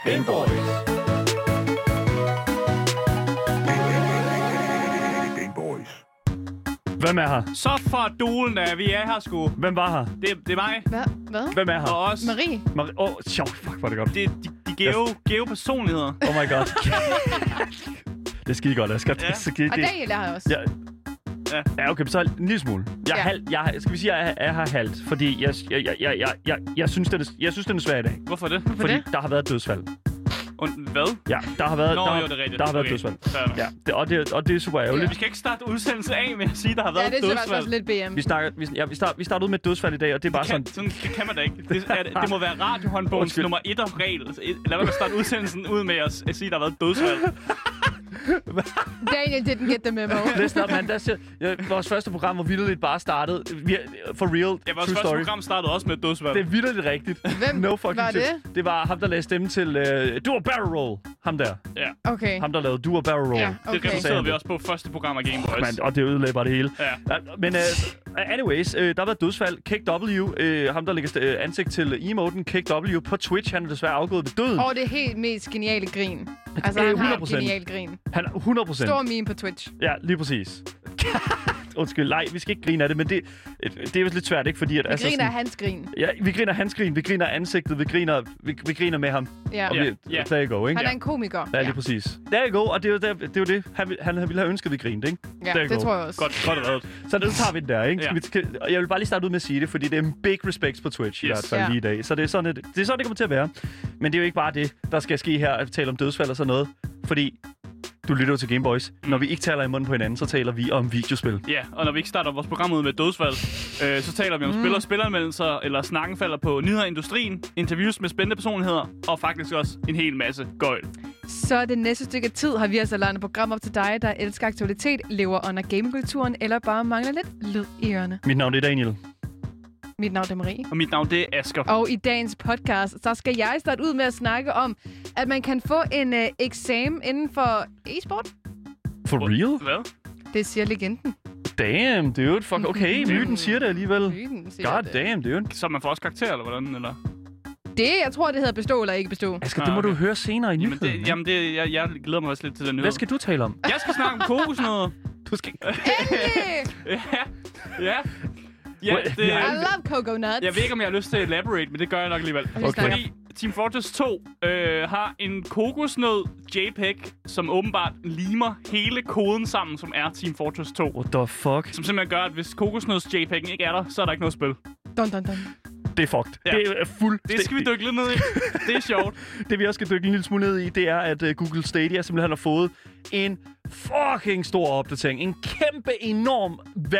Gameboys. Hvem er her? Så for dulen af, vi er her sgu. Hvem var her? Det er mig. Hvad? Hvem er her? Og os. Marie? Sjov, fuck, hvor er det godt. De gave personligheder. Oh my god. Det er skide godt, Asger. Ja. Og Daniel er her også. Ja, okay, så en lille smule. Skal vi sige, at jeg er her halvt, fordi jeg synes, den er svær i dag. Hvorfor det? Fordi der har været dødsfald. Hvad? Ja, der har været, Nå, jo, det er rigtigt. der har været dødsfald. Ja, og det er super ærgerligt. Vi skal ikke starte udsendelsen af med at sige, der har været dødsfald. Ja, det er også lidt BM. Vi starter ud med et dødsfald i dag, og det er bare sådan... Sådan kan man da ikke. Det må være radiohåndbogens nummer 1 regel. Lad mig starte udsendelsen ud med at sige, der har været dødsfald. Daniel didn't get the memo. Listen up, man. Vores første program var vitterligt bare startet. For real. Ja, vores første program startede også med et dødsfald. Det er vitterligt rigtigt. Hvem no fucking var det? Det var ham, der lagde stemme til Do a Barrel Roll. Ham der. Ja. Okay. Ham, der lavede Do a Barrel Roll. Ja, okay. Det refuserede vi også på første program af Game Boys. Og det ødelagde bare det hele. Ja. Men anyways, der har været dødsfald. KW, ham der lægger ansigt til emoten. KW på Twitch, han er desværre afgået ved døden. Det er helt mest geniale grin. Altså, han har et genialt grin. Han er 100%. Stor meme på Twitch. Ja, lige præcis. Undskyld, nej, vi skal ikke grine af det, men det er jo lidt svært, ikke? Fordi at, Vi griner af hans grin. Ja, vi griner hans grin, vi griner ansigtet, vi griner med ham. Ja. Og there you go, ikke? Han er en komiker. Ja, lige præcis. There you go, og det er jo det, han ville have ønsket, vi grinede, ikke? Ja, det tror jeg også. Godt reddet. Så nu tager vi den der, ikke? Ja. Og jeg vil bare lige starte ud med at sige det, fordi det er en big respect på Twitch i hvert fald lige i dag. Så det er sådan, det kommer til at være. Men det er jo ikke bare det, der skal ske her, at tale om dødsfald og sådan noget. Fordi du lytter jo til Game Boys. Når vi ikke taler i munden på hinanden, så taler vi om videospil. Ja, og når vi ikke starter vores program ud med dødsfald, så taler vi om spil og spilanmeldelser, eller snakken falder på nyheder i industrien, interviews med spændende personligheder, og faktisk også en hel masse gøjl. Så det næste stykke tid har vi altså lavet et program op til dig, der elsker aktualitet, lever under gamingkulturen, eller bare mangler lidt lyd i ørerne. Mit navn er Daniel. Mit navn er Marie. Og mit navn, det er Asger. Og i dagens podcast, så skal jeg starte ud med at snakke om, at man kan få en eksamen inden for e-sport. For real? Hvad? Det siger legenden. Damn, dude. Fuck, okay. Myten siger det alligevel. Myten siger God det. damn, dude. Så man får også karakter, eller hvordan? Eller? Jeg tror, det hedder bestå eller ikke bestå. Asger, det må du høre senere i nyheden. Jeg glæder mig også lidt til den nyhed. Hvad skal du tale om? Jeg skal snakke om kokosnødder. Du skal... Ja. Ja, I love coconut. Jeg ved ikke, om jeg har lyst til at elaborate, men det gør jeg nok alligevel. Okay. Fordi Team Fortress 2 har en kokosnød JPEG, som åbenbart limer hele koden sammen, som er Team Fortress 2. What the fuck? Som simpelthen gør, at hvis kokosnøds JPEG'en ikke er der, så er der ikke noget spil. Dun, dun, dun. Det er fucked. Ja. Det er Det skal vi dykke lidt ned i. Det er sjovt. Det vi også skal dykke en lille smule ned i, det er, at Google Stadia simpelthen har fået fucking stor opdatering. En kæmpe, enorm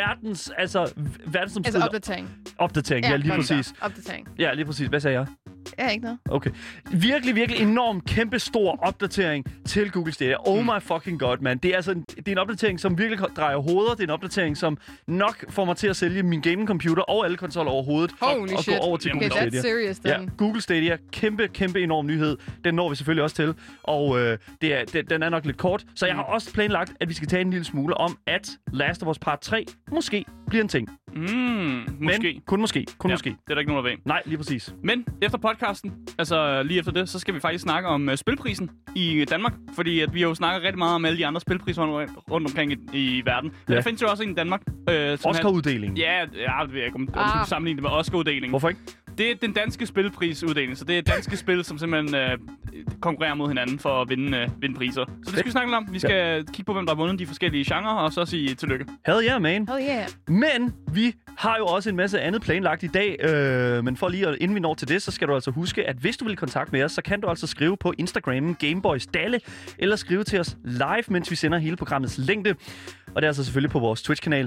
opdatering. Ja, lige præcis. Opdatering. Ja, lige præcis. Hvad sagde jeg? Ja, ikke noget. Okay. Virkelig enorm, kæmpe stor opdatering til Google Stadia. Oh my fucking god, man. Det er altså det er en opdatering, som virkelig drejer hoveder. Det er en opdatering, som nok får mig til at sælge min gaming-computer og alle konsoller overhovedet. Holy og shit. gå over til Okay, Google Stadia. that's serious, then. Ja, Google Stadia. Kæmpe enorm nyhed. Den når vi selvfølgelig også til. Og den er nok lidt kort. Så jeg har også planlagt, at vi skal tage en lille smule om, at Last of Us Part 3 måske bliver en ting. Måske. Men kun måske. Det er der ikke nogen, der ved. Nej, lige præcis. Men efter podcasten, altså lige efter det, så skal vi faktisk snakke om spilprisen i Danmark. Fordi at vi har jo snakket rigtig meget om alle de andre spilpriser rundt omkring i verden. Men der findes jo også en i Danmark. Oscar-uddelingen. Ja, det ved jeg ikke, om du kan sammenligne det med Oscar-uddelingen. Hvorfor ikke? Det er den danske spilprisuddeling, så det er danske spil, som simpelthen konkurrerer mod hinanden for at vinde priser. Så det skal vi snakke lidt om. Vi skal kigge på, hvem der har vundet de forskellige genrer, og så sige tillykke. Hell yeah, man. Hell yeah. Men vi har jo også en masse andet planlagt i dag. Men for lige inden vi når til det, så skal du altså huske, at hvis du vil kontakte med os, så kan du altså skrive på Instagrammen Gameboysdalle, eller skrive til os live, mens vi sender hele programmets længde. Og det er altså selvfølgelig på vores Twitch-kanal,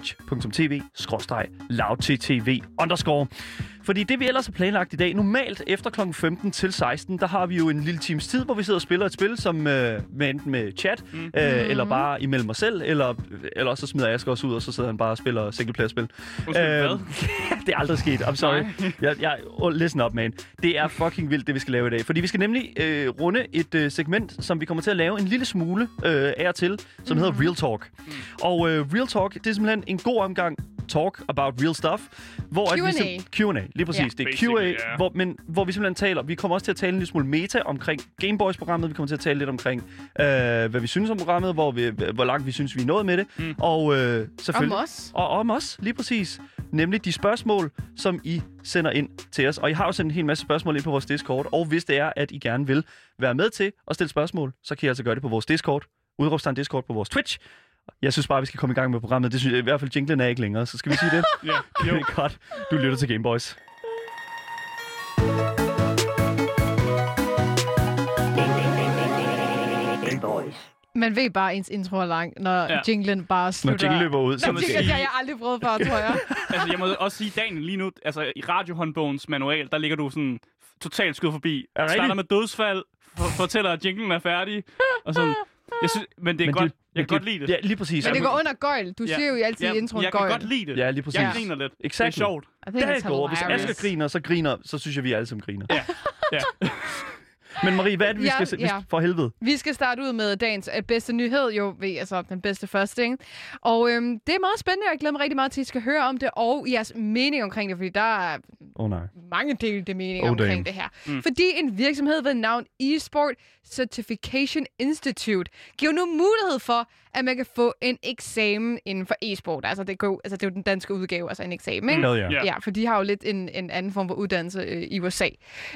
twitch.tv/loudttv_. Fordi det, vi ellers har planlagt i dag, normalt efter kl. 15 til 16, der har vi jo en lille times tid, hvor vi sidder og spiller et spil, som enten med chat, eller bare imellem os selv, eller så smider Asger os ud, og så sidder han bare og spiller singleplayer-spil. Hvad? Det er aldrig sket. I'm sorry. Listen up, man. Det er fucking vildt, det vi skal lave i dag. Fordi vi skal nemlig runde et segment, som vi kommer til at lave en lille smule af og til, som hedder Real Talk. Og Real Talk, det er simpelthen en god omgang talk about real stuff. Hvor Q&A. Q&A, lige præcis. Det er Q&A, hvor vi simpelthen taler. Vi kommer også til at tale en lille smule meta omkring Game Boys-programmet. Vi kommer til at tale lidt omkring, hvad vi synes om programmet, hvor langt vi synes, vi er nået med det. Og selvfølgelig... Om os. Og om os, lige præcis. Nemlig de spørgsmål, som I sender ind til os. Og I har jo sendt en hel masse spørgsmål ind på vores Discord. Og hvis det er, at I gerne vil være med til at stille spørgsmål, så kan I altså gøre det på vores Discord. Udråbstegn Discord på vores Twitch. Jeg synes bare, vi skal komme i gang med programmet. Det synes jeg i hvert fald, jinglen er ikke længere. Så skal vi sige det? Ja. Det er godt. Du lytter til Game Boys. Man ved bare, ens intro er lang, når jinglen bare slutter. Når jinglen løber ud. Det har jeg aldrig prøvet før, tror jeg. Altså, jeg må også sige, Daniel, lige nu, altså i radiohåndbogens manual, der ligger du sådan totalt skud forbi. Starter med dødsfald, fortæller, at jinglen er færdig, og sådan. Jeg synes, men det er godt. Jeg kan godt lide det. Ja, lige præcis. Men det går under gøjl. Du siger jo altid i introen jeg gøjl. Jeg kan godt lide det. Ja, lige præcis. Jeg griner lidt. Exactly. Det er sjovt. Det er godt. Hvis Asger griner, så synes jeg, vi alle sammen griner. Ja. Men Marie, hvad er det, vi skal for helvede? Vi skal starte ud med dagens bedste nyhed, altså den bedste første, ikke? Og det er meget spændende, og jeg glæder mig rigtig meget til, at I skal høre om det, og jeres mening omkring det, fordi der er mange delte meninger omkring det her. Fordi en virksomhed ved navn eSport Certification Institute giver nu mulighed for, at man kan få en eksamen inden for e-sport. Altså det er jo den danske udgave, altså en eksamen, ikke? Ja, for de har jo lidt en anden form for uddannelse i USA.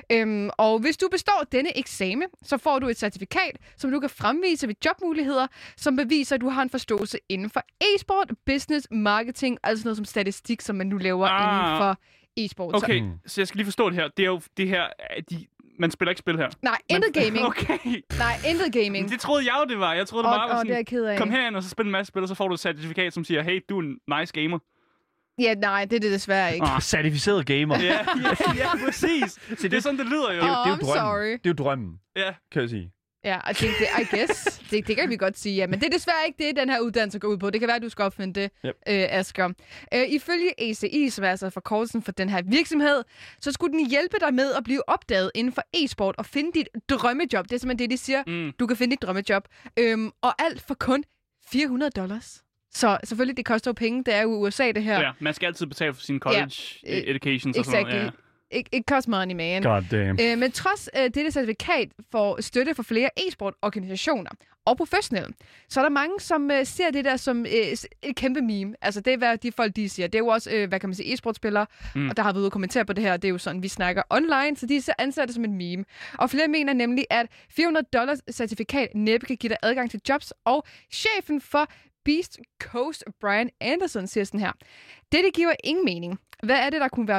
Og hvis du består denne eksamen, så får du et certifikat, som du kan fremvise ved jobmuligheder, som beviser, at du har en forståelse inden for e-sport, business, marketing, altså noget som statistik, som man nu laver inden for e-sport. Okay, så jeg skal lige forstå det her. Det er jo det her, man spiller ikke spil her. Nej, intet gaming. Okay. Nej, intet gaming. Men det troede jeg jo, det var. Jeg troede, det var sådan, det er ked af. Kom herind og så spil en masse spil, og så får du et certifikat, som siger, hey, du er en nice gamer. Ja, nej, det er det desværre ikke. Certificeret gamer. Ja, præcis. Det er sådan, det lyder jo. Det er jo drømmen. Det er jo drømmen, kan jeg sige. Ja, og I guess. Det kan vi godt sige, ja. Men det er desværre ikke det, den her uddannelse går ud på. Det kan være, at du skal opfinde det, Asger. Ifølge ACI, som er altså forkortelsen for den her virksomhed, så skulle den hjælpe dig med at blive opdaget inden for e-sport og finde dit drømmejob. Det er simpelthen det, de siger. Du kan finde dit drømmejob. Og alt for kun $400. Så selvfølgelig, det koster jo penge. Det er jo USA, det her. Ja, man skal altid betale for sin college education og sådan noget. It costs money, man. God damn. Men trods dette certifikat får støtte for flere e-sport-organisationer og professionelle, så er der mange, som ser det der som et kæmpe meme. Altså, det er, hvad de folk, de siger. Det er jo også, hvad kan man sige, e-sportspillere, og der har vi ude og kommentere på det her. Det er jo sådan, vi snakker online, så de anser det som et meme. Og flere mener nemlig, at $400 certifikat næppe kan give dig adgang til jobs, og chefen for Beast Coast, Brian Anderson, siger sådan her. Det giver ingen mening. Hvad er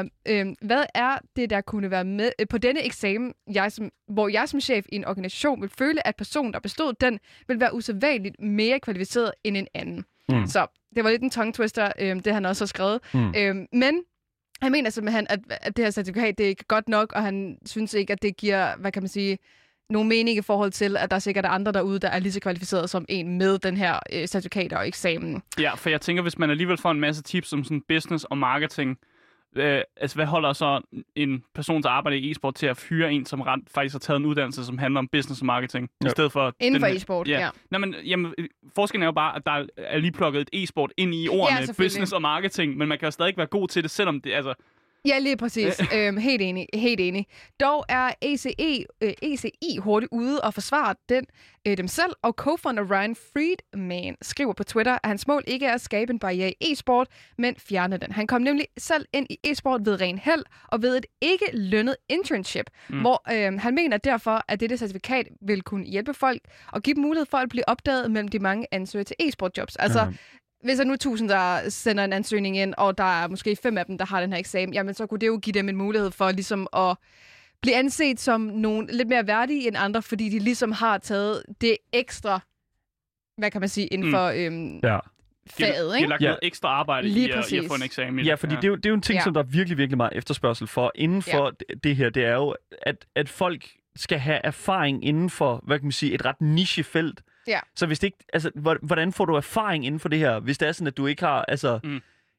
det, der kunne være med på denne eksamen, hvor jeg som chef i en organisation vil føle, at personen, der bestod den, vil være usædvanligt mere kvalificeret end en anden. Så det var lidt en tongue twister, det han også har skrevet. Men han mener simpelthen, at det her certifikat, det er ikke godt nok, og han synes ikke, at det giver, hvad kan man sige, nogen mening i forhold til, at der sikkert er andre derude, der er lige så kvalificeret som en med den her certifikat og eksamen. Ja, for jeg tænker, hvis man alligevel får en masse tips om sådan business og marketing, altså hvad holder så en persons arbejde i e-sport til at hyre en, som faktisk har taget en uddannelse, som handler om business og marketing, i stedet for... Inden for e-sport, Nå, men forskellen er jo bare, at der er lige plukket et e-sport ind i ordene business og marketing, men man kan jo stadig være god til det, selvom det, altså... Ja, lige præcis. Helt enig. Dog er ACI hurtigt ude og forsvare dem selv, og co-founder Ryan Friedman skriver på Twitter, at hans mål ikke er at skabe en barriere i e-sport, men fjerne den. Han kom nemlig selv ind i e-sport ved ren held og ved et ikke lønnet internship, hvor han mener derfor, at dette certifikat vil kunne hjælpe folk og give dem mulighed for at blive opdaget mellem de mange ansøgere til e-sport-jobs. Altså, hvis der nu er 1000, der sender en ansøgning ind, og der er måske 5 af dem, der har den her eksamen, jamen så kunne det jo give dem en mulighed for ligesom at blive anset som nogen lidt mere værdige end andre, fordi de ligesom har taget det ekstra, hvad kan man sige, inden for faget, ikke? De har lagt noget ekstra arbejde i at få en eksamen. Ja, fordi det er jo en ting, som der er virkelig, virkelig meget efterspørgsel for inden for det her. Det er jo, at folk skal have erfaring inden for, hvad kan man sige, et ret nichefelt. Ja. Så hvis det ikke, altså, hvordan får du erfaring inden for det her, hvis det er sådan, at du ikke har, altså,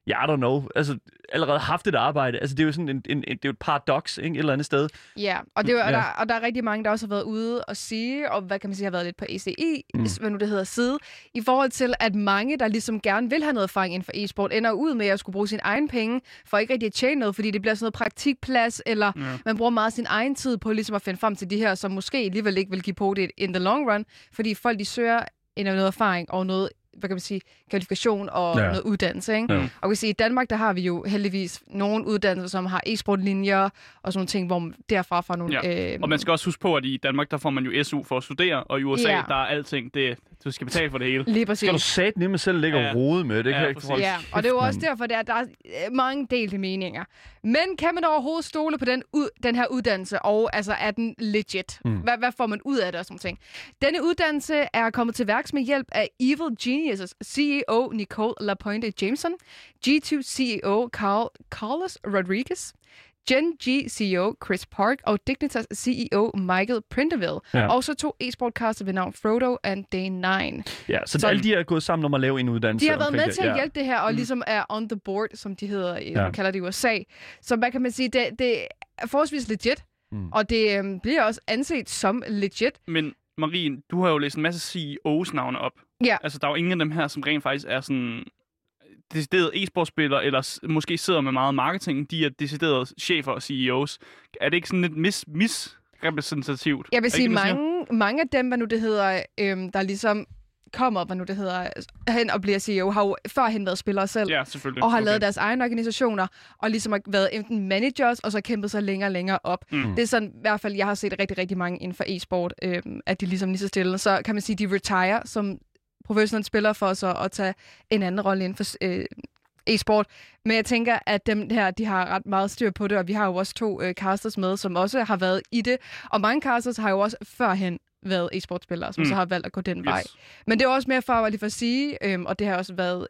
I don't know, altså allerede haft et arbejde. Altså det er jo sådan det er jo et paradoks, ikke, et eller andet sted. Ja, og, der er rigtig mange, der også har været ude og sige, og hvad kan man sige, har været lidt på ECI, hvad nu det hedder, side, i forhold til, at mange, der ligesom gerne vil have noget erfaring inden for e-sport, ender ud med at skulle bruge sin egen penge, for ikke rigtig at tjene noget, fordi det bliver sådan noget praktikplads, eller man bruger meget sin egen tid på ligesom at finde frem til de her, som måske alligevel ikke vil give på det in the long run, fordi folk, de søger noget erfaring og noget, hvad kan man sige, kvalifikation og noget uddannelse, ikke? Ja. Og vi sige, i Danmark, der har vi jo heldigvis nogle uddannelser, som har e-sportlinjer og sådan nogle ting, hvor derfra fra nogle... Ja. Og man skal også huske på, at i Danmark, der får man jo SU for at studere, og i USA, der er alting, du skal betale for det hele. Lige præcis. Skal du satme selv ligge og rode med, det kan jeg ikke forholde. Ja, og det er jo også derfor, der er mange delte meninger. Men kan man overhovedet stole på den her uddannelse, og altså er den legit? Hvad får man ud af det og sådan ting? Denne uddannelse er kommet til værks med hjælp af Evil Geniuses CEO Nicole LaPointe Jameson, G2 CEO Carlos Rodriguez, Gen G CEO Chris Park og Dignitas CEO Michael Prindeville. Ja. Også 2 e-sportcaster ved navn Frodo og Day9. Ja, så alle de er gået sammen om at lave en uddannelse. De har været med til at hjælpe det her, og ligesom er on the board, som de hedder, man kalder det i USA. Så hvad kan man sige, det er forholdsvis legit, og det bliver også anset som legit. Men Marie, du har jo læst en masse CEOs navne op. Ja. Altså, der er jo ingen af dem her, som rent faktisk er sådan deciderede e-sportspillere, eller måske sidder med meget marketing. De er deciderede chefer og CEOs. Er det ikke sådan lidt misrepræsentativt? Jeg vil sige, mange af dem, hvad nu det hedder, der ligesom kommer, hvad nu det hedder, hen og bliver CEO, har jo førhen været spillere selv. Ja, selvfølgelig. Og har lavet deres egne organisationer, og ligesom har været enten managers, og så kæmpet sig længere og længere op. Det er sådan, i hvert fald, jeg har set rigtig, rigtig mange inden for e-sport, at de ligesom lige så stille. Så kan man sige, de retire som professionelle spillere for så at tage en anden rolle inden for e-sport. Men jeg tænker, at dem her, de har ret meget styr på det, og vi har jo også 2 casters med, som også har været i det. Og mange casters har jo også førhen været e-sportspillere, som så har valgt at gå den vej. Men det er også mere for at sige, og det har også været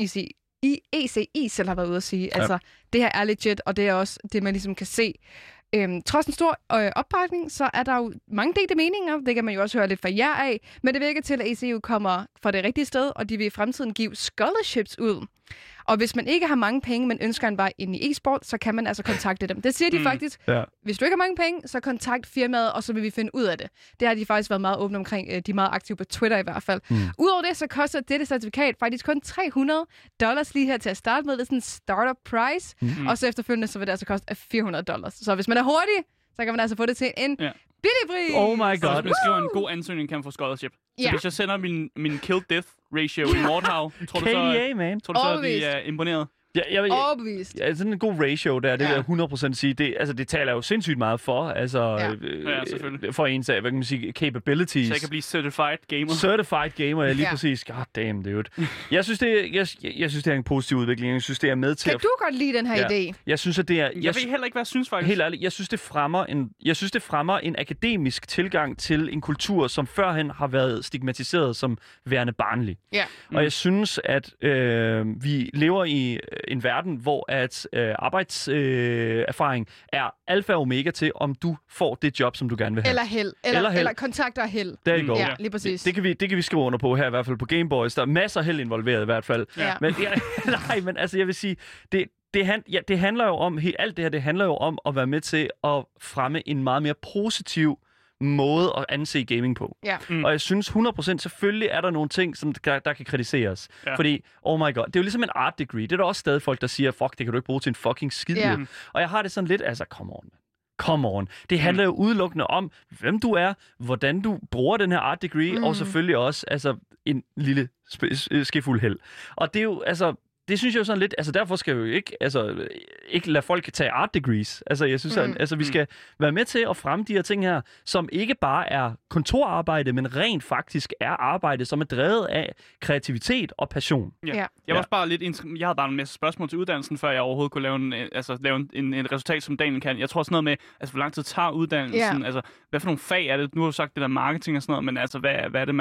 ECI selv har været ude at sige, altså det her er legit, og det er også det, man ligesom kan se. Trods en stor opbakning, så er der jo mange delte meninger. Det kan man jo også høre lidt fra jer af. Men det virker til, at ECU kommer fra det rigtige sted, og de vil i fremtiden give scholarships ud. Og hvis man ikke har mange penge, men ønsker en vej ind i e-sport, så kan man altså kontakte dem. Det siger de faktisk. Ja. Hvis du ikke har mange penge, så kontakt firmaet, og så vil vi finde ud af det. Det har de faktisk været meget åbne omkring. De er meget aktive på Twitter i hvert fald. Udover det, så koster dette certifikat faktisk kun $300 lige her til at starte med. Det er sådan en startup price. Og så efterfølgende, så vil det altså koste $400. Så hvis man er hurtig, så kan man altså få det til en billig pris. Oh my god. Så hvis man skriver en god ansøgning, kan man få scholarship. Så hvis jeg sender min kill-death ratio i Mordhav, tror du så, at de er imponeret? Overbevist. Ja, sådan en god ratio der, det vil jeg 100% sige. Det taler jo sindssygt meget for, for ens af, hvad kan man sige, capabilities. Så jeg kan blive certified gamer. Certified gamer, ja, lige præcis. God damn, dude. Jeg synes, det er en positiv udvikling. Jeg synes, det er med til Kan du godt lide den her idé? Jeg synes, at det er... Jeg ved heller ikke, hvad jeg synes faktisk. Helt ærligt, jeg synes, det fremmer en akademisk tilgang til en kultur, som førhen har været stigmatiseret som værende barnlig. Ja. Og jeg synes, at vi lever i en verden, hvor at arbejdserfaring er alfa og omega til, om du får det job, som du gerne vil have. Eller kontakter held. Der er ja, lige præcis. Det kan vi skrive under på her, i hvert fald på Game Boys. Der er masser af held involveret i hvert fald. Ja. Men altså, jeg vil sige, det handler jo om, alt det her, det handler jo om at være med til at fremme en meget mere positiv måde at anse gaming på. Ja. Og jeg synes 100% selvfølgelig er der nogle ting, som der kan kritiseres. Ja. Fordi, oh my god, det er jo ligesom en art degree. Det er der også stadig folk, der siger, fuck, det kan du ikke bruge til en fucking skid. Yeah. Og jeg har det sådan lidt, altså, come on. Det handler jo udelukkende om, hvem du er, hvordan du bruger den her art degree, og selvfølgelig også, altså, en lille skefuld held. Og det er jo, altså, det synes jeg jo sådan lidt, altså derfor skal vi jo ikke lade folk tage art degrees. Altså jeg synes, vi skal være med til at fremme de her ting her, som ikke bare er kontorarbejde, men rent faktisk er arbejde, som er drevet af kreativitet og passion. Ja. Jeg var også bare jeg havde bare en masse spørgsmål til uddannelsen, før jeg overhovedet kunne lave en resultat, som Daniel kan. Jeg tror sådan noget med, altså hvor lang tid tager uddannelsen, altså hvad for nogle fag er det? Nu har du sagt det der marketing og sådan noget, men altså hvad er det, man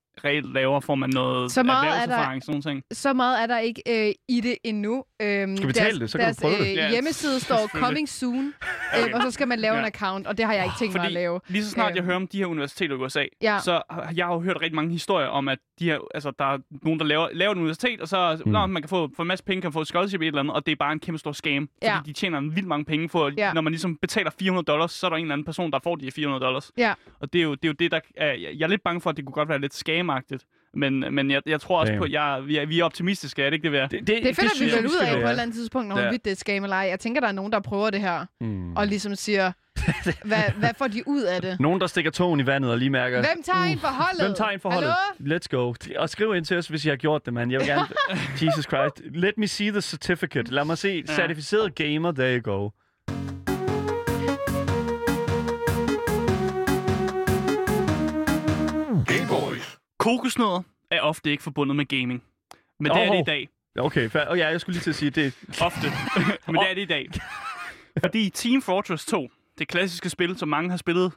reelt laver, får man noget erhvervserfaring, sådan ting. Så meget er der ikke i det endnu. Skal vi tale det? Så kan du prøve det. Hjemmeside står coming soon, og så skal man lave en account, og det har jeg ikke tænkt mig at lave. Lige så snart jeg hører om de her universiteter i USA, så jeg har jo hørt rigtig mange historier om, at de her, altså, der er nogen, der laver et universitet, og så man kan få en masse penge, kan få et scholarship i et eller andet, og det er bare en kæmpe stor scam, fordi de tjener en vildt mange penge for, når man ligesom betaler $400, så er der en eller anden person, der får de $400. Ja. Og det er jo det, der jeg er lidt bange for, at det kunne godt være lidt scam-agtigt. Men jeg tror også på, vi er optimistiske, er det ikke det, vi er? Det finder vi vel ud af på et eller andet tidspunkt, når det er scam eller ej. Jeg tænker, der er nogen, der prøver det her, og ligesom siger, hvad får de ud af det? Nogen, der stikker tåen i vandet og lige mærker... Hvem tager en for holdet? Hvem tager en for holdet? Let's go. Og skriv ind til os, hvis I har gjort det, mand. Jeg vil gerne... Jesus Christ. Let me see the certificate. Lad mig se. Certificeret gamer, there you go. Kokosnødder er ofte ikke forbundet med gaming. Men det er det i dag. Okay, jeg skulle lige til at sige det. Ofte. Men det er det i dag. Fordi Team Fortress 2, det klassiske spil, som mange har spillet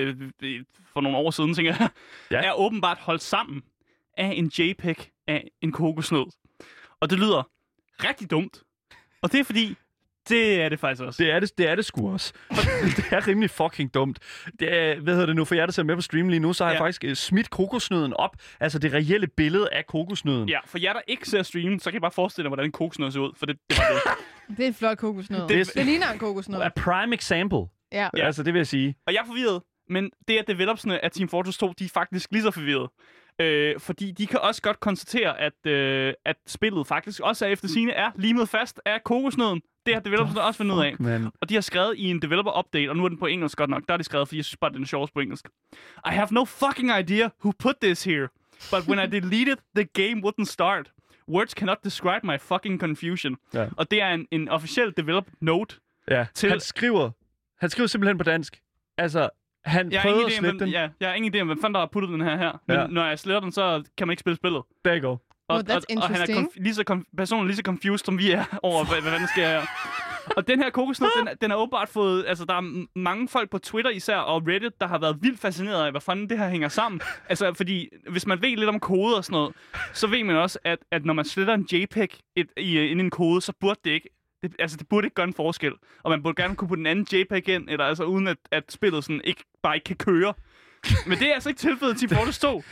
for nogle år siden, tænker jeg, er åbenbart holdt sammen af en JPEG af en kokosnød. Og det lyder rigtig dumt. Og det er fordi, det er det faktisk også. Det er det sgu også. Det er rimelig fucking dumt. Det er, hvad hedder det nu, for jer, der ser med på stream lige nu, så har jeg faktisk smidt kokosnøden op. Altså det reelle billede af kokosnøden. Ja, for jer, der ikke ser streamen, så kan I bare forestille jer, hvordan en kokosnød ser ud. For det var det. Det er en flot kokosnød. Det ligner en kokosnød. A prime example. Ja. Altså, det vil jeg sige. Og jeg er forvirret, men det er developersne af Team Fortress 2, de er faktisk lige så forvirret. Fordi de kan også godt konstatere, at spillet faktisk også efter sigende er limet fast af kokosnøden. Det har developerne også fundet ud af. Man. Og de har skrevet i en developer update, og nu er den på engelsk godt nok. Der er de skrevet, fordi jeg synes bare, den er sjovest på engelsk. I have no fucking idea who put this here. But when I deleted, the game wouldn't start. Words cannot describe my fucking confusion. Ja. Og det er en officiel develop note. Ja. Til... Han skriver simpelthen på dansk. Altså, han prøvede at slette den. Ja, jeg har ingen idé om, hvem fanden der har puttet den her. Men når jeg sletter den, så kan man ikke spille spillet. There you go. Og han er personen lige så confused, som vi er over, hvad der sker her. Og den her kokosnød, den har åbenbart fået... Altså, der er mange folk på Twitter især, og Reddit, der har været vildt fascineret af, hvad fanden det her hænger sammen. Altså, fordi hvis man ved lidt om kode og sådan noget, så ved man også, at når man sletter en JPEG ind i en kode, så burde det ikke... Det burde ikke gøre en forskel. Og man burde gerne kunne putte en anden JPEG ind, eller altså uden at spillet sådan ikke kan køre. Men det er altså ikke tilfældet til Fortress 2.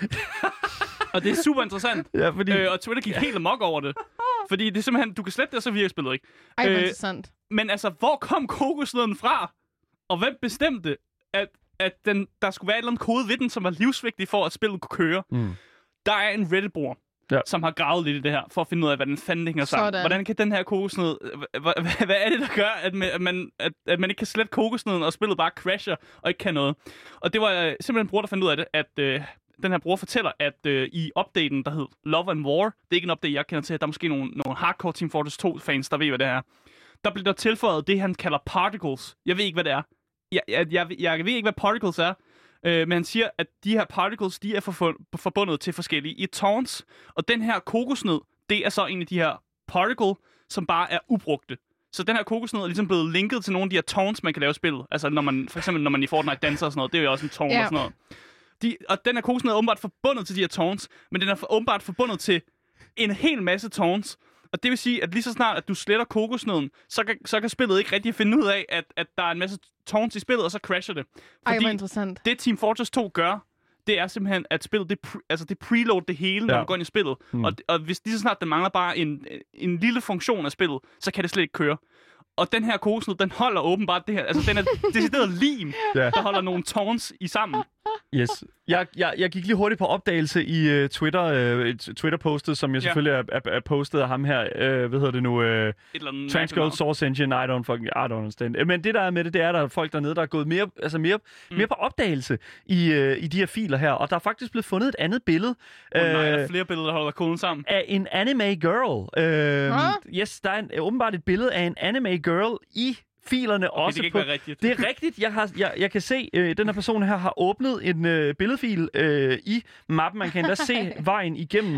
Og det er super interessant. Ja, fordi... og Twitter gik helt amok over det. Fordi det er simpelthen, du kan slette det, og så virker spillet ikke. Ej, hvor interessant. Men altså, hvor kom kokosnøden fra? Og hvem bestemte, at der skulle være et eller andet kode ved den, som var livsvigtig for, at spillet kunne køre? Der er en Reddit-bruger, som har gravet lidt i det her, for at finde ud af, hvordan fanden det hænger sammen. Sådan. Hvordan kan den her kokosnød... Hvad er det, der gør, at man ikke kan slette kokosnøden, og spillet bare crasher, og ikke kan noget? Og det var simpelthen en bruger, der fandt ud af det, at... Den her bruger fortæller, at i updaten, der hed Love and War, det er ikke en update, jeg kender til, der er måske nogle hardcore Team Fortress 2-fans, der ved, hvad det er. Der blev der tilføjet det, han kalder particles. Jeg ved ikke, hvad det er. Jeg ved ikke, hvad particles er, men han siger, at de her particles, de er forbundet til forskellige taunts. Og den her kokosnød, det er så en af de her particle, som bare er ubrugte. Så den her kokosnød er ligesom blevet linket til nogle af de her taunts, man kan lave i spillet. Altså for eksempel når man i Fortnite danser og sådan noget, det er jo også en taunt og sådan noget. Og den her kokosnød er åbenbart forbundet til de her taunts, men den er åbenbart forbundet til en hel masse taunts. Og det vil sige, at lige så snart, at du sletter kokosnøden, så kan spillet ikke rigtig finde ud af, at der er en masse taunts i spillet, og så crasher det. Fordi hvor interessant. Det Team Fortress 2 gør, det er simpelthen, at spillet, det preload det hele, når du går ind i spillet. Og hvis lige så snart, der mangler bare en lille funktion af spillet, så kan det slet ikke køre. Og den her kokosnød, den holder åbenbart det her. Altså, den er decideret lim, der holder nogle taunts i sammen. Yes. Jeg gik lige hurtigt på opdagelse i Twitter-postet, som jeg selvfølgelig er postet af ham her. Hvad hedder det nu? Transcode Source Engine. I don't understand. Men det der er med det, er, at der er folk dernede, der er gået mere på opdagelse i de her filer her. Og der er faktisk blevet fundet et andet billede. Der er flere billeder, der holder koden sammen. Af en anime girl. Yes, der er åbenbart et billede af en anime girl i filerne også det kan på... ikke være rigtigt. Det er rigtigt. Jeg kan se, den her person her har åbnet en billedfil i mappen. Man kan endda se vejen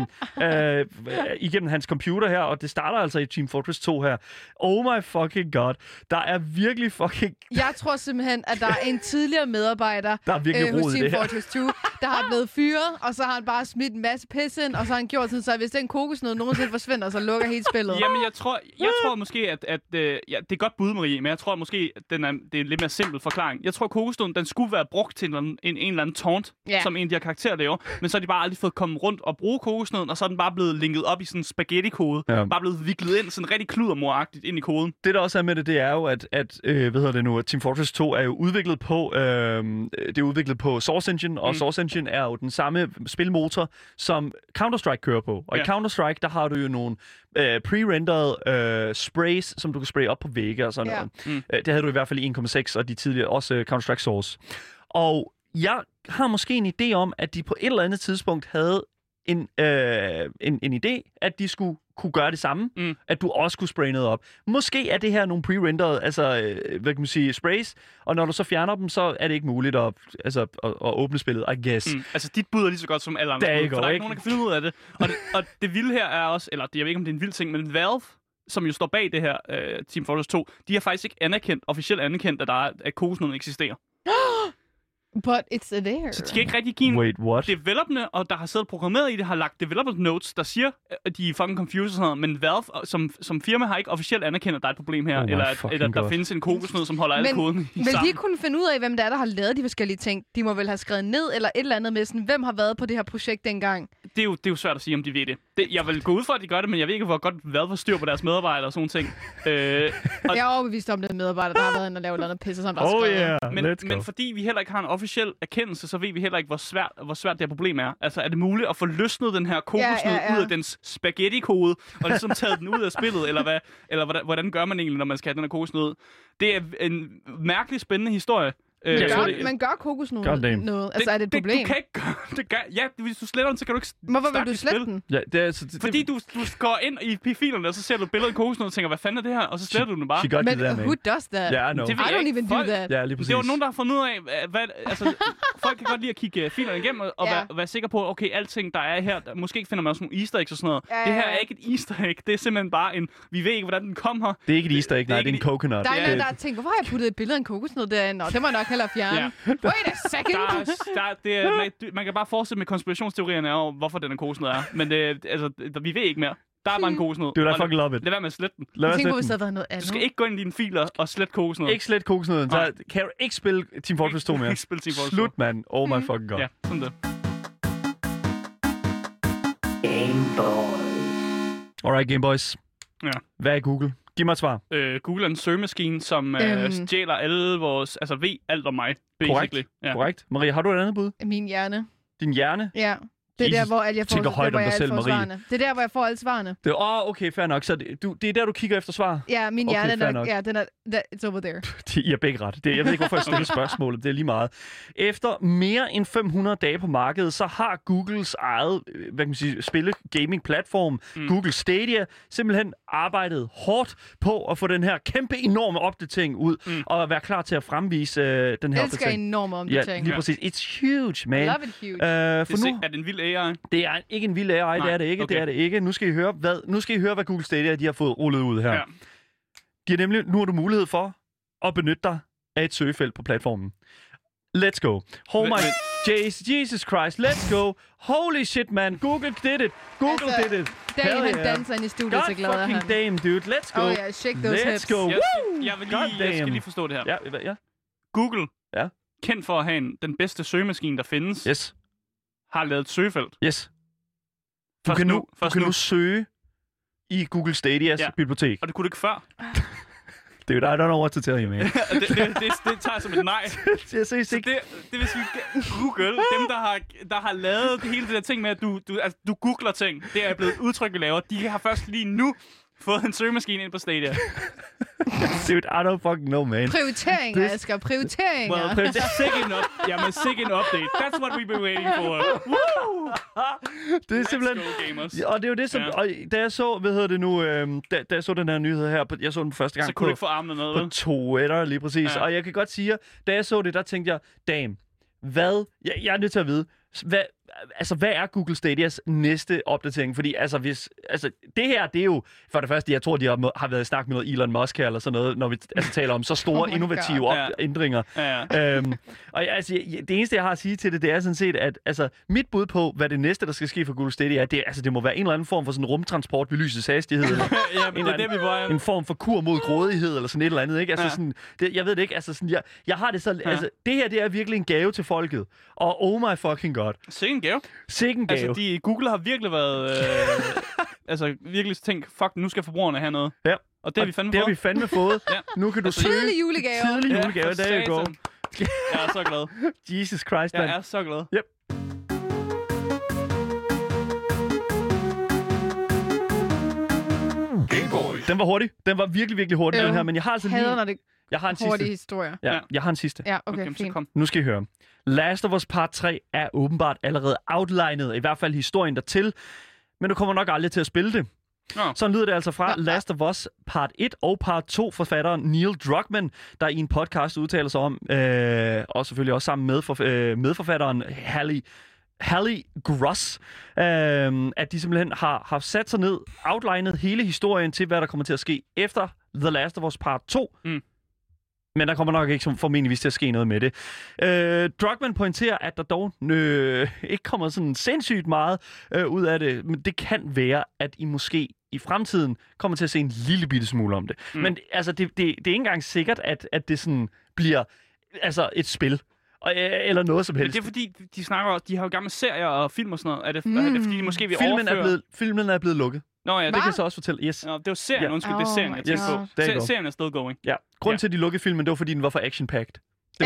igennem hans computer her, og det starter altså i Team Fortress 2 her. Oh my fucking god. Der er virkelig fucking... Jeg tror simpelthen, at der er en tidligere medarbejder der er virkelig hos Team Fortress 2, der har blevet fyret, og så har han bare smidt en masse pis ind, og så har han gjort sådan, så hvis den kokosnød nogensinde forsvinder, så lukker hele spillet. Jamen, jeg tror måske, at det er godt bud, Marie, men jeg tror måske, at det er en lidt mere simpel forklaring. Jeg tror, kokosnøden, den skulle være brugt til en eller anden taunt, som en af de her karakterer laver, men så har de bare aldrig fået kommet rundt og bruge kokosnøden, og så er den bare blevet linket op i sådan en spaghetti-kode. Ja. Bare blevet viklet ind, sådan rigtig kludermoragtigt ind i koden. Det, der også er med det er jo, at Team Fortress 2 er jo udviklet på, det er udviklet på Source Engine, og Source Engine er jo den samme spilmotor, som Counter-Strike kører på. Og i Counter-Strike, der har du jo nogle pre-rendered sprays, som du kan spraye op på vægge og sådan noget. Det havde du i hvert fald i 1.6, og de tidligere også Counter-Strike Source. Og jeg har måske en idé om, at de på et eller andet tidspunkt havde en idé, at de skulle kunne gøre det samme, at du også kunne spraye noget op. Måske er det her nogle pre-rendered, hvad kan man sige, sprays, og når du så fjerner dem, så er det ikke muligt at åbne spillet, I guess. Altså, dit bud er lige så godt som alle andre bud, for der er ikke nogen, der kan finde ud af det. Og det vilde her er også, eller jeg ved ikke, om det er en vild ting, men Valve, som jo står bag det her Team Fortress 2, de har faktisk ikke officielt anerkendt, at kokosnøden eksisterer. But it's there. Så de kan ikke rigtig give developerne, og der har siddet programmeret i det, har lagt developer notes, der siger, at de er fucking confused og sådan noget, men Valve som firma har ikke officielt anerkendt, at der er et problem her, eller at der findes en kokosnød, som holder alle koden i sammen. Men de kunne finde ud af, hvem der har lavet de forskellige ting. De må vel have skrevet ned, eller et eller andet med sådan, hvem har været på det her projekt dengang? Det er jo svært at sige, om de ved det. Jeg vil gå ud fra, at de gør det, men jeg ved ikke, hvor godt Valve har styr på deres medarbejdere og sådan ting. Jeg er overbevist om, det er medarbejdere, der har været inde og lavet noget pisse, som der men fordi vi heller ikke har en officiel erkendelse, så ved vi heller ikke, hvor svært det her problem er. Altså, er det muligt at få løsnet den her kokosnød ud af dens spaghetti-kode, og ligesom taget den ud af spillet, eller hvordan gør man egentlig, når man skal have den her kokosnød? Det er en mærkelig spændende historie. Man gør kokosnød noget. Altså, er det et problem? Du kan ikke gøre det. Ja, hvis du sletter den, så kan du ikke Hvorfor vil du slette den? Ja, det er, fordi du går ind i filerne, og så ser du billedet af kokosnød og tænker, hvad fanden er det her? Og så sletter du den bare. Men who does that? Yeah, I know. I don't even do that. Ja, lige præcis. Det var nogen, der har fundet ud af, folk kan godt lide at kigge filerne igennem og være sikre på, okay, alting, der er her, måske finder man også nogle easter eggs og sådan noget. Det her er ikke et easter egg, det er simpelthen bare vi ved ikke, hvordan den kommer. Det er ikke et easter egg, nej, det er en coconut. Der er en, der har tænkt, hvorfor har jeg puttet et billede af en kokosnød derinde? Og det må jeg nok hellere fjerne. Wait a second! Man kan bare fortsætte med konspirationsteorierne over, hvorfor den kokosnød er. Men vi ved ikke mere. Der er bare en kokosnød. Dude, I fucking love it. Lad være med at slette den. Jeg tænker på, hvis der havde været noget andet. Du skal ikke gå ind i dine filer og slette kokosnøden. Ikke slette kokosnøden. Så kan du ikke spille Team Fortress 2 mere. Ikke spille Team Fortress 2. Slut, mand. Oh my fucking god. Ja, sådan det. Alright, Gameboys. Ja. Hvad er Google? Giv mig et svar. Google er en søgemaskine, som stjæler alle vores... Altså, ved alt om mig, basically. Korrekt. Maria, har du et andet bud? Min hjerne. Din hjerne? Ja. Det er der, hvor jeg får, højt om dig selv, Marie. Svarene. Det er der, hvor jeg får alle svarene. Okay, fair nok. Så det er der, du kigger efter svar? Ja, min hjerne, den er it's over there. I er begge ret. Jeg ved ikke, hvorfor jeg stiller spørgsmålet. Det er lige meget. Efter mere end 500 dage på markedet, så har Googles eget, hvad kan man sige, spille-gaming-platform, Google Stadia, simpelthen arbejdet hårdt på at få den her kæmpe, enorme opdatering ud, og være klar til at fremvise den her opdatering. Jeg elsker enorme opdatering. Ja, lige præcis. It's huge, man. I love it huge. For nu, er det en vild AI? Det er ikke en vild AI, det er det ikke. Okay. Det er det ikke. Nu skal I høre, hvad Google Stadia de har fået rullet ud her. Ja. Nu har du mulighed for at benytte dig af et søgefelt på platformen. Let's go. Oh my Jesus Christ, let's go. Holy shit, man. Google did it. Google did it. Dagen han danser ind i studiet, så glad er han. God fucking damn, dude. Let's go. Oh yeah, shake those hips. Let's go. Jeg skal lige forstå det her. Ja. Google, kendt for at have den bedste søgemaskine, der findes. Yes. Har lavet et søgefelt. Yes. Du kan nu søge i Google Stadias bibliotek. Og det kunne du ikke før. Det er jo dig, der er over til at tell you, man. det tager som et nej. Så det vil sige, Google, dem der har lavet hele det der ting med, at du googler ting, det er blevet udtrykket lavet. De har først lige nu fået en søgemaskine ind på Stadia. Dude, I don't fucking know, man. Prioriteringer, Asger. Prioriteringer. Well, sick an update. That's what we've been waiting for. Woo! Det er simpelthen... Og det er jo det, som... Ja. Og da jeg så, da jeg så den her nyhed her, jeg så den første gang så kunne du ikke få armene med, på Twitter, lige præcis. Ja. Og jeg kan godt sige, da jeg så det, der tænkte jeg, damn, hvad... Jeg er nødt til at vide, hvad er Google Stadias næste opdatering? Fordi det her, det er jo... For det første, jeg tror, de har været i snak med noget Elon Musk her, eller sådan noget, når vi taler om så store innovative ændringer. Ja. Og det eneste, jeg har at sige til det, det er sådan set, at mit bud på, hvad det næste, der skal ske for Google Stadia er, det må være en eller anden form for sådan rumtransport ved lysets hastighed. Eller en form for kur mod grådighed, eller sådan et eller andet, ikke? Sådan, jeg ved det ikke, jeg har det så... det her, det er virkelig en gave til folket. Og oh my fucking god. Sikke en gave. Google har virkelig været... virkelig tænkt, fuck, nu skal forbrugerne have noget. Ja. Og det har vi fandme fået. Det har vi fandme fået. Ja. Nu kan du søge... Tidlig julegave. Der you go. Jeg er så glad. Jesus Christ, man. Jeg er så glad. Yep. Den var hurtig. Den var virkelig, virkelig hurtig, den her. Men jeg har altså lige... Jeg har en sidste historie. Ja, jeg har en sidste. Ja, okay, fint. Nu skal I høre. Last of Us Part 3 er åbenbart allerede outlinet, i hvert fald historien dertil. Men du kommer nok aldrig til at spille det. Sådan lyder det altså fra Last of Us Part 1 og Part 2 forfatteren Neil Druckmann, der i en podcast udtaler sig om, og selvfølgelig også sammen med medforfatteren Hallie Gross, at de simpelthen har sat sig ned, outlinet hele historien til, hvad der kommer til at ske efter The Last of Us Part 2. Men der kommer nok ikke formentligvis til at ske noget med det. Druckmann pointerer, at der dog ikke kommer sådan sindssygt meget ud af det, men det kan være, at I måske i fremtiden kommer til at se en lille bitte smule om det. Men altså, det er ikke engang sikkert, at det sådan bliver et spil. Eller noget som helst. Men det er fordi, de har jo gamle serier og film og sådan noget. Er det fordi, de måske vil overføre... Filmen er blevet lukket. Nå ja, det kan jeg så også fortælle. Yes. Nå, det var serien, undskyld, det er serien, jeg tænker på. Serien er still going. Ja, grunden til, at de lukkede filmen, det var, fordi den var for action-packed.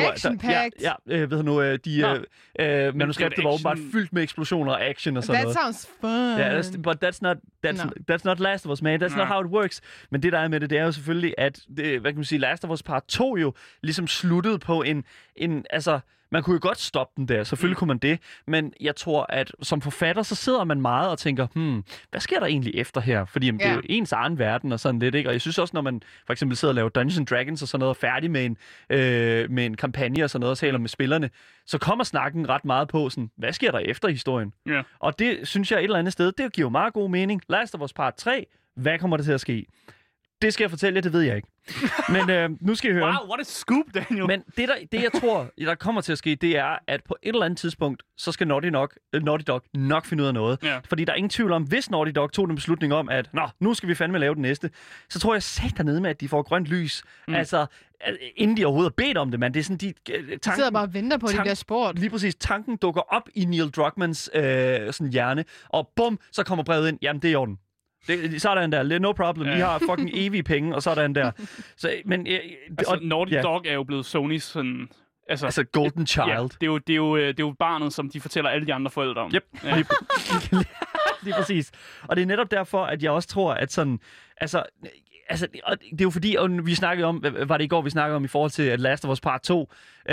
Action-packed? Manuskriptet var åbenbart fyldt med eksplosioner og action og sådan noget. That sounds fun. Yeah, but that's not Last of Us, man. That's not how it works. Men det, der er med det, det er jo selvfølgelig, at Last of Us Part 2 jo ligesom sluttede på altså... Man kunne jo godt stoppe den der, selvfølgelig kunne man det, men jeg tror, at som forfatter, så sidder man meget og tænker, hvad sker der egentlig efter her? Fordi det er jo ens egen verden og sådan lidt, ikke? Og jeg synes også, når man for eksempel sidder og laver Dungeons & Dragons og sådan noget, og færdig med en kampagne og sådan noget, og taler med spillerne, så kommer snakken ret meget på sådan, hvad sker der efter historien? Yeah. Og det synes jeg et eller andet sted, det giver jo meget god mening. Last of Us Part 3, hvad kommer der til at ske? Det skal jeg fortælle jer, det ved jeg ikke. Men nu skal I høre. Wow, what a scoop, Daniel. Men det jeg tror, der kommer til at ske, det er, at på et eller andet tidspunkt, så skal Naughty Dog nok finde ud af noget. Yeah. Fordi der er ingen tvivl om, hvis Naughty Dog tog den beslutning om, at nu skal vi fandme lave den næste, så tror jeg sagt dernede med, at de får grønt lys. Altså, inden de overhovedet har bedt om det, man. Det er sådan, de sidder bare og venter på, de der sport. Lige præcis. Tanken dukker op i Neil Druckmanns sådan hjerne, og bum, så kommer brevet ind. Jamen, det er i orden. Sådan der, no problem. Vi har fucking evige penge, og sådan der. Så, men, Naughty Dog er jo blevet Sonys sådan... Altså golden child. Ja, det er jo barnet, som de fortæller alle de andre forældre om. Yep. Ja. Lige præcis. Og det er netop derfor, at jeg også tror, at sådan... Altså, det er jo fordi, og vi snakkede om, var det i går, vi snakkede om i forhold til Last of Us Part 2.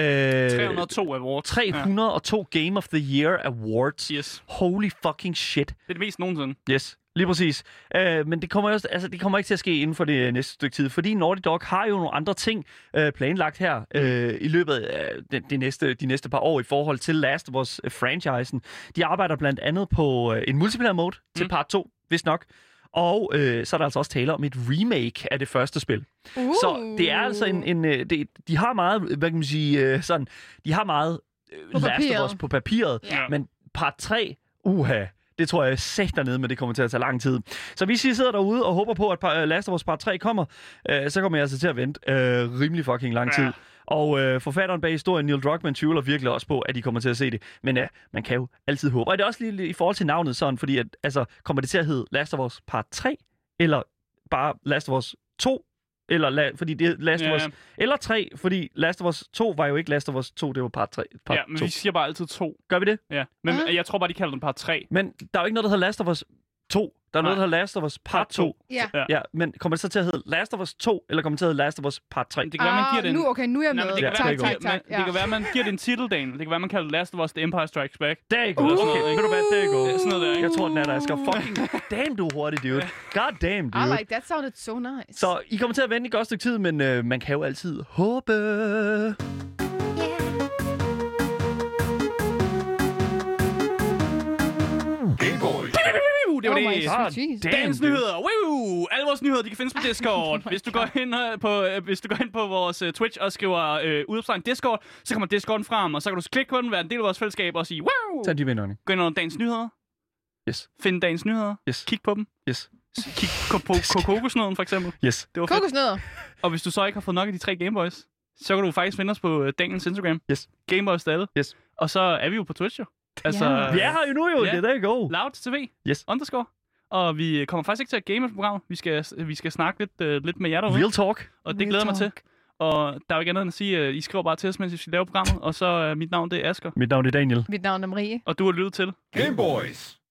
302 awards. 302 Game of the Year awards. Yes. Holy fucking shit. Det er det mest nogensinde. Yes. Lige præcis. Men det kommer ikke til at ske inden for det næste stykke tid, fordi Naughty Dog har jo nogle andre ting planlagt her i løbet af de næste par år i forhold til Last of Us-franchisen. De arbejder blandt andet på en multiplayer mode til part 2, vist nok. Og så er der altså også tale om et remake af det første spil. Så det er altså de har meget, hvad kan man sige, sådan, de har meget Last of Us på papiret, men part 3, det tror jeg sæt dernede, men det kommer til at tage lang tid. Så hvis I sidder derude og håber på, at Last of Us Part 3 kommer, så kommer jeg altså til at vente rimelig fucking lang tid. Og forfatteren bag historien, Neil Druckmann, tvivler virkelig også på, at de kommer til at se det. Men man kan jo altid håbe. Og det er også lige i forhold til navnet sådan, fordi at, altså, kommer det til at hedde Last of Us Part 3, eller bare Last of Us 2? Eller fordi det er Last of Us... Eller 3, fordi Last of Us 2 var jo ikke Last of Us 2, det var part 3. Men vi siger bare altid 2. Gør vi det? Ja, men jeg tror bare, de kalder den part 3. Men der er jo ikke noget, der hedder Last of Us 2. Der er noget, der hedder Last of Us Part 2. Ja. Ja, men kommer det så til at hedde Last of Us 2, eller kommer det til at hedde Last of Us Part 3? Det kan være, man giver den... Nu er jeg med. Det kan være, man giver den titel, Daniel. Det kan være, man kalder Last of Us The Empire Strikes Back. Der er go. Okay, ved du hvad? Der er go. Sådan noget der, ikke? Jeg tror, den er der. Jeg skal fucking... Damn, du er hurtig, dude. God damn, dude. I like that. Sounded so nice. Så I kommer til at vente i godt stykke tid, men man kan jo altid håbe. Det var det. Dagens nyheder. Woo! Alle vores nyheder, de kan findes på Discord. Hvis du går ind på vores Twitch og skriver udopstegn Discord, så kommer Discorden frem, og så kan du klikke på den, være en del af vores fællesskab og sige wow! Tag de vinderne. Gå ind under dagens nyheder. Yes. Find dagens nyheder. Yes. Kig på dem. Yes. Kig på kokosnøden for eksempel. Yes. Det var fedt. Kokosnødder. Og hvis du så ikke har fået nok af de 3 Gameboys, så kan du faktisk finde os på Daniels Instagram. Yes. Gameboys stadig. Yes. Og så er vi jo på Twitch jo. Altså, Vi er her jo nu jo. Ja. Det er der go. Loud TV. Yes. Underscore. Og vi kommer faktisk ikke til at game et program. Vi skal snakke lidt med jer derude. Real talk. Og det glæder mig til. Og der er jo ikke andet end at sige, at I skriver bare til os, mens vi laver programmet. Og så mit navn det er Asger. Mit navn er Daniel. Mit navn er Marie. Og du har lyttet til Gameboys.